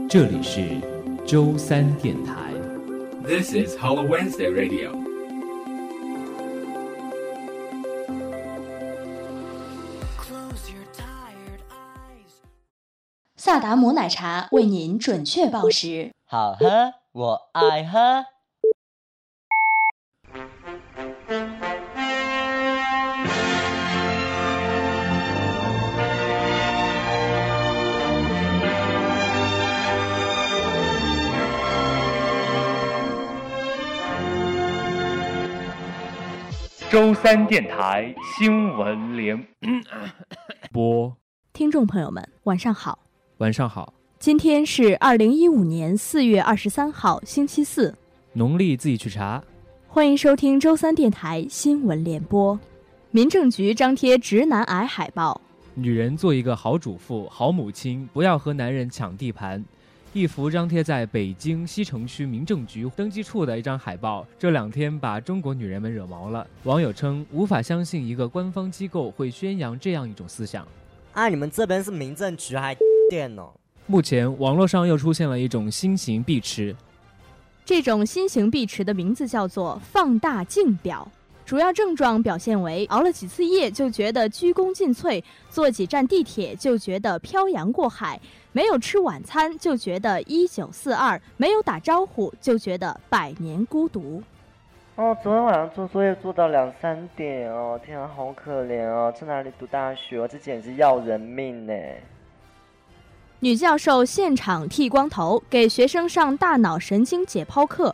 这里是周三电台。 This is Hello Wednesday Radio. 萨达姆奶茶为您准确报时。 好喝，我爱喝。 周三电台新闻联播， 听众朋友们，晚上好。 晚上好。 今天是2015年4月23号，星期四， 农历自己去查。 欢迎收听周三电台新闻联播。民政局张贴直男癌海报， 女人做一个好主妇、好母亲，不要和男人抢地盘。一幅张贴在北京西城区民政局登记处的一张海报，这两天把中国女人们惹毛了。网友称无法相信一个官方机构会宣扬这样一种思想。 你们这边是民政局还店哦？ 目前网络上又出现了一种新型壁池， 这种新型壁池的名字叫做放大镜表，主要症状表现为熬了几次夜就觉得鞠躬尽瘁，坐几站地铁就觉得漂洋过海，没有吃晚餐就觉得1942，没有打招呼就觉得百年孤独。 昨天晚上做作业做到2、3点哦，天啊，好可怜哦！在哪里读大学哦？这简直要人命呢！ 女教授现场剃光头，给学生上大脑神经解剖课。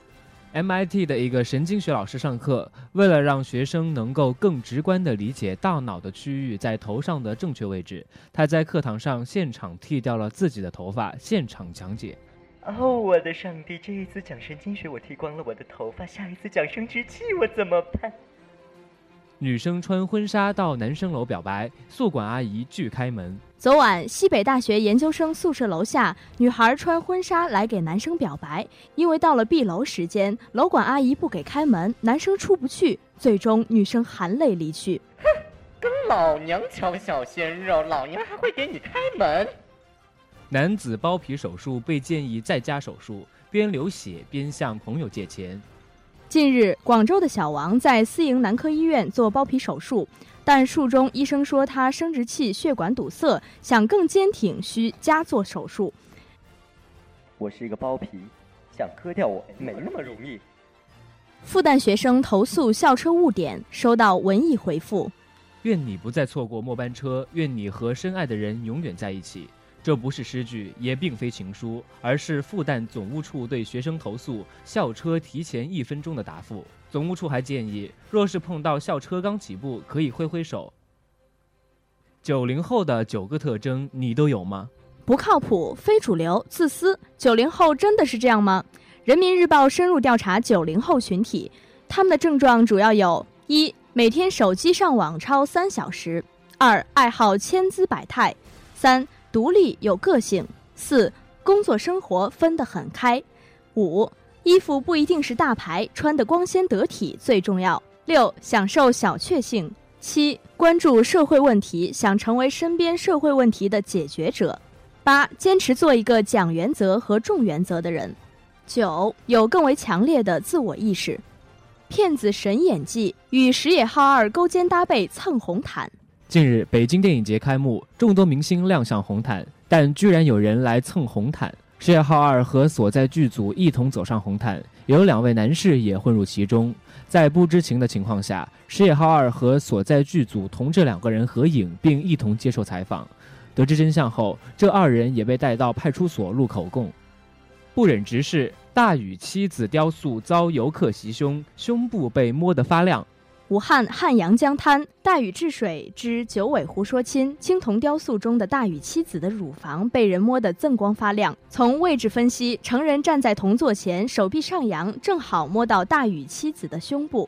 MIT 的一个神经学老师上课，为了让学生能够更直观地理解大脑的区域在头上的正确位置，他在课堂上现场剃掉了自己的头发，现场讲解。 我的上帝，这一次讲神经学我剃光了我的头发，下一次讲生殖器我怎么办？ 女生穿婚纱到男生楼表白，宿管阿姨拒开门。 昨晚西北大学研究生宿舍楼下，女孩穿婚纱来给男生表白，因为到了闭楼时间，楼管阿姨不给开门，男生出不去，最终女生含泪离去。 哼，跟老娘抢小鲜肉，老娘还会给你开门。 男子包皮手术被建议在家手术，边流血边向朋友借钱。 近日，广州的小王在私营男科医院做包皮手术，但术中医生说他生殖器血管堵塞，想更坚挺需加做手术。 我是一个包皮，想割掉我没那么容易。 复旦学生投诉校车误点，收到文艺回复： 愿你不再错过末班车，愿你和深爱的人永远在一起。这不是诗句，也并非情书，而是复旦总务处对学生投诉校车提前1分钟的答复。总务处还建议，若是碰到校车刚起步，可以挥挥手。90后的9个特征，你都有吗？ 不靠谱、非主流、自私。90后真的是这样吗？人民日报深入调查90后群体，他们的症状主要有：1. 每天手机上网超3小时；2. 爱好千姿百态；3. 独立有个性；4. 工作生活分得很开；5. 衣服不一定是大牌，穿得光鲜得体最重要；6. 享受小确幸；7. 关注社会问题，想成为身边社会问题的解决者；8. 坚持做一个讲原则和重原则的人；9. 有更为强烈的自我意识。骗子神演技，与石野浩二勾肩搭背蹭红毯。 近日，北京电影节开幕，众多明星亮相红毯，但居然有人来蹭红毯。石野浩二和所在剧组一同走上红毯，有2位男士也混入其中。在不知情的情况下，石野浩二和所在剧组同这2个人合影，并一同接受采访。得知真相后，这2人也被带到派出所录口供。不忍直视，大禹妻子雕塑遭游客袭胸，胸部被摸得发亮。 武汉汉阳江滩，大禹治水之九尾狐说亲，青铜雕塑中的大禹妻子的乳房被人摸得锃光发亮。从位置分析，成人站在铜座前，手臂上扬，正好摸到大禹妻子的胸部。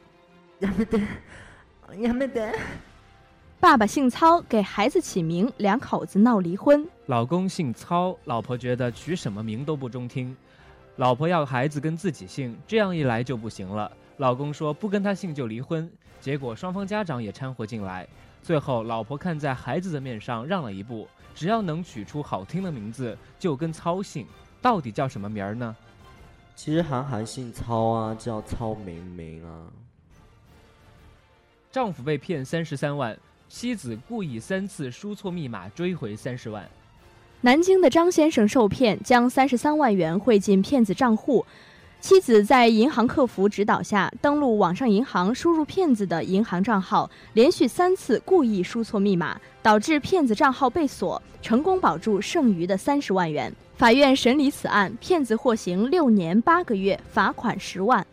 やめて。 爸爸姓操，给孩子起名，2口子闹离婚。 老公姓操，老婆觉得取什么名都不中听，老婆要孩子跟自己姓，这样一来就不行了。老公说不跟他姓就离婚，结果双方家长也掺和进来，最后老婆看在孩子的面上让了一步，只要能取出好听的名字就跟操姓。 到底叫什么名儿呢？ 其实韩寒姓操啊，叫操明明啊。 丈夫被骗33万，妻子故意3次输错密码追回30万。 南京的张先生受骗，将33万元汇进骗子账户。妻子在银行客服指导下，登录网上银行，输入骗子的银行账号，连续3次故意输错密码，导致骗子账号被锁，成功保住剩余的30万元。法院审理此案，骗子获刑6年8个月，罚款10万。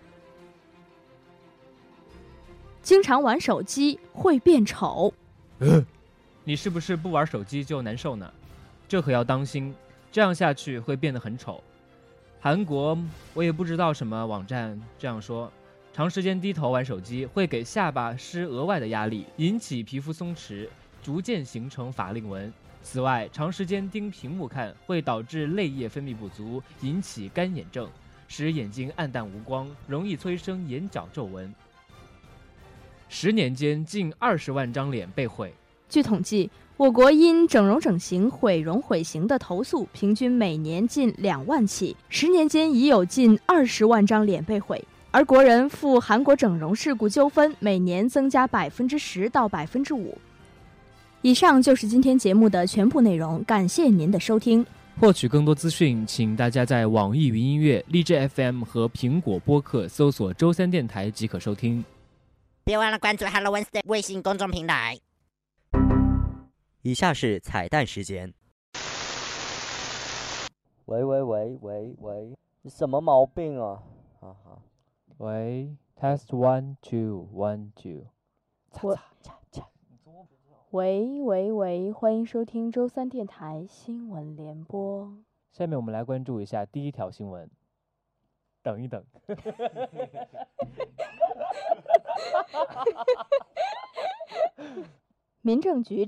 经常玩手机会变丑。 你是不是不玩手机就难受呢？这可要当心，这样下去会变得很丑。韩国我也不知道什么网站这样说，长时间低头玩手机会给下巴施额外的压力，引起皮肤松弛，逐渐形成法令纹。此外，长时间盯屏幕看会导致泪液分泌不足，引起干眼症，使眼睛暗淡无光，容易催生眼角皱纹。10年间，近20万张脸被毁。 据统计，我国因整容整形、毁容毁形的投诉平均每年近2万起，10年间已有近20万张脸被毁。而国人赴韩国整容事故纠纷每年增加10%到5%。以上就是今天节目的全部内容，感谢您的收听。 获取更多资讯，请大家在网易云音乐、荔枝 FM 和苹果播客搜索周三电台即可收听。 别忘了关注 Hello Wednesday 微信公众平台。 以下是彩蛋时间。 喂，你什么毛病啊？ 喂 ，Test 1 2 1 2。 喂，欢迎收听周三电台新闻联播。 下面我们来关注一下第一条新闻。等一等。 民政局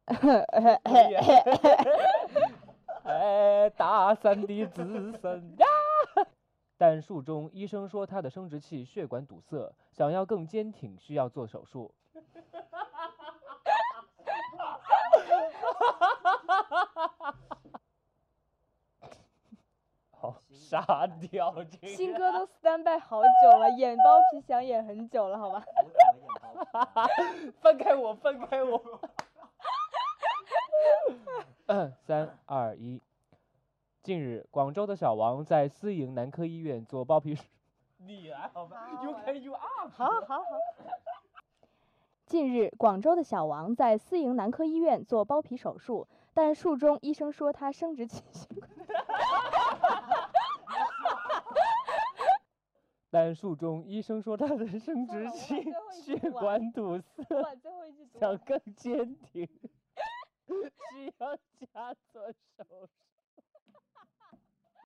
大三的子孙呀！但术中医生说他的生殖器血管堵塞，想要更坚挺需要做手术。好，傻掉这个。 新哥都 stand by 好久了，眼包皮想演很久了，好吧？ 分开我。3、2、1。近日，广州的小王在私营男科医院做包皮。你来好吧 ？You can you up。 好。近日，广州的小王在私营男科医院做包皮手术，但术中医生说他生殖器血管堵塞， 想更坚挺，需要加做手术。